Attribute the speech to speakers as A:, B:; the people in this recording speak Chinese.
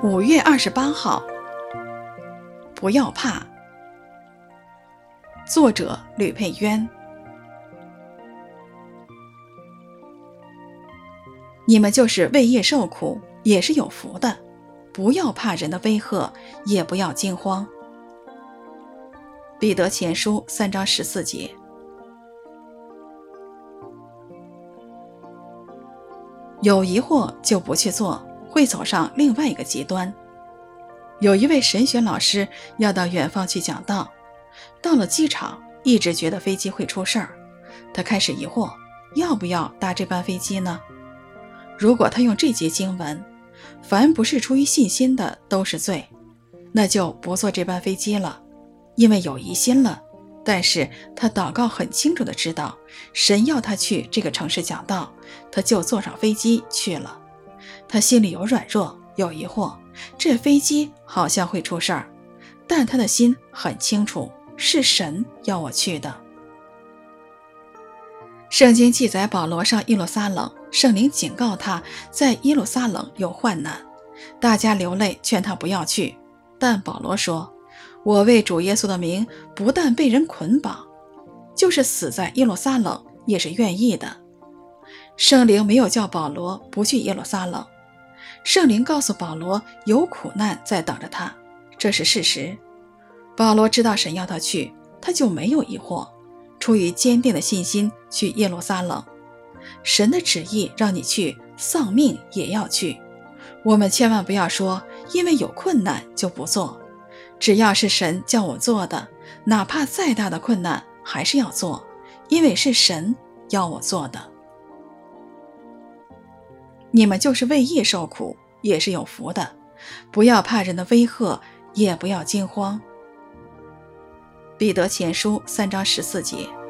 A: 5月28号，不要怕。作者吕佩渊。你们就是为业受苦，也是有福的，不要怕人的威吓，也不要惊慌。彼得前书3章14节。有疑惑就不去做，会走上另外一个极端。有一位神学老师要到远方去讲道，到了机场，一直觉得飞机会出事儿。他开始疑惑，要不要搭这班飞机呢？如果他用这节经文，凡不是出于信心的都是罪，那就不坐这班飞机了，因为有疑心了。但是他祷告很清楚地知道，神要他去这个城市讲道，他就坐上飞机去了。他心里有软弱，有疑惑，这飞机好像会出事儿，但他的心很清楚，是神要我去的。圣经记载保罗上耶路撒冷，圣灵警告他在耶路撒冷有患难，大家流泪劝他不要去，但保罗说，我为主耶稣的名不但被人捆绑，就是死在耶路撒冷也是愿意的。圣灵没有叫保罗不去耶路撒冷，圣灵告诉保罗有苦难在等着他，这是事实。保罗知道神要他去，他就没有疑惑，出于坚定的信心去耶路撒冷。神的旨意让你去，丧命也要去。我们千万不要说因为有困难就不做，只要是神叫我做的，哪怕再大的困难还是要做，因为是神要我做的。你们就是为义受苦，也是有福的，不要怕人的威吓，也不要惊慌。彼得前书3章14节。